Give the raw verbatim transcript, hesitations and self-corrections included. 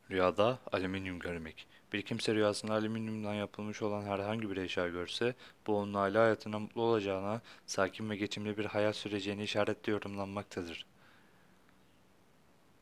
Rüyada alüminyum görmek. Bir kimse rüyasında alüminyumdan yapılmış olan herhangi bir eşya görse, bu onun aile hayatında mutlu olacağına, sakin ve geçimli bir hayat süreceğini işaretli yorumlanmaktadır.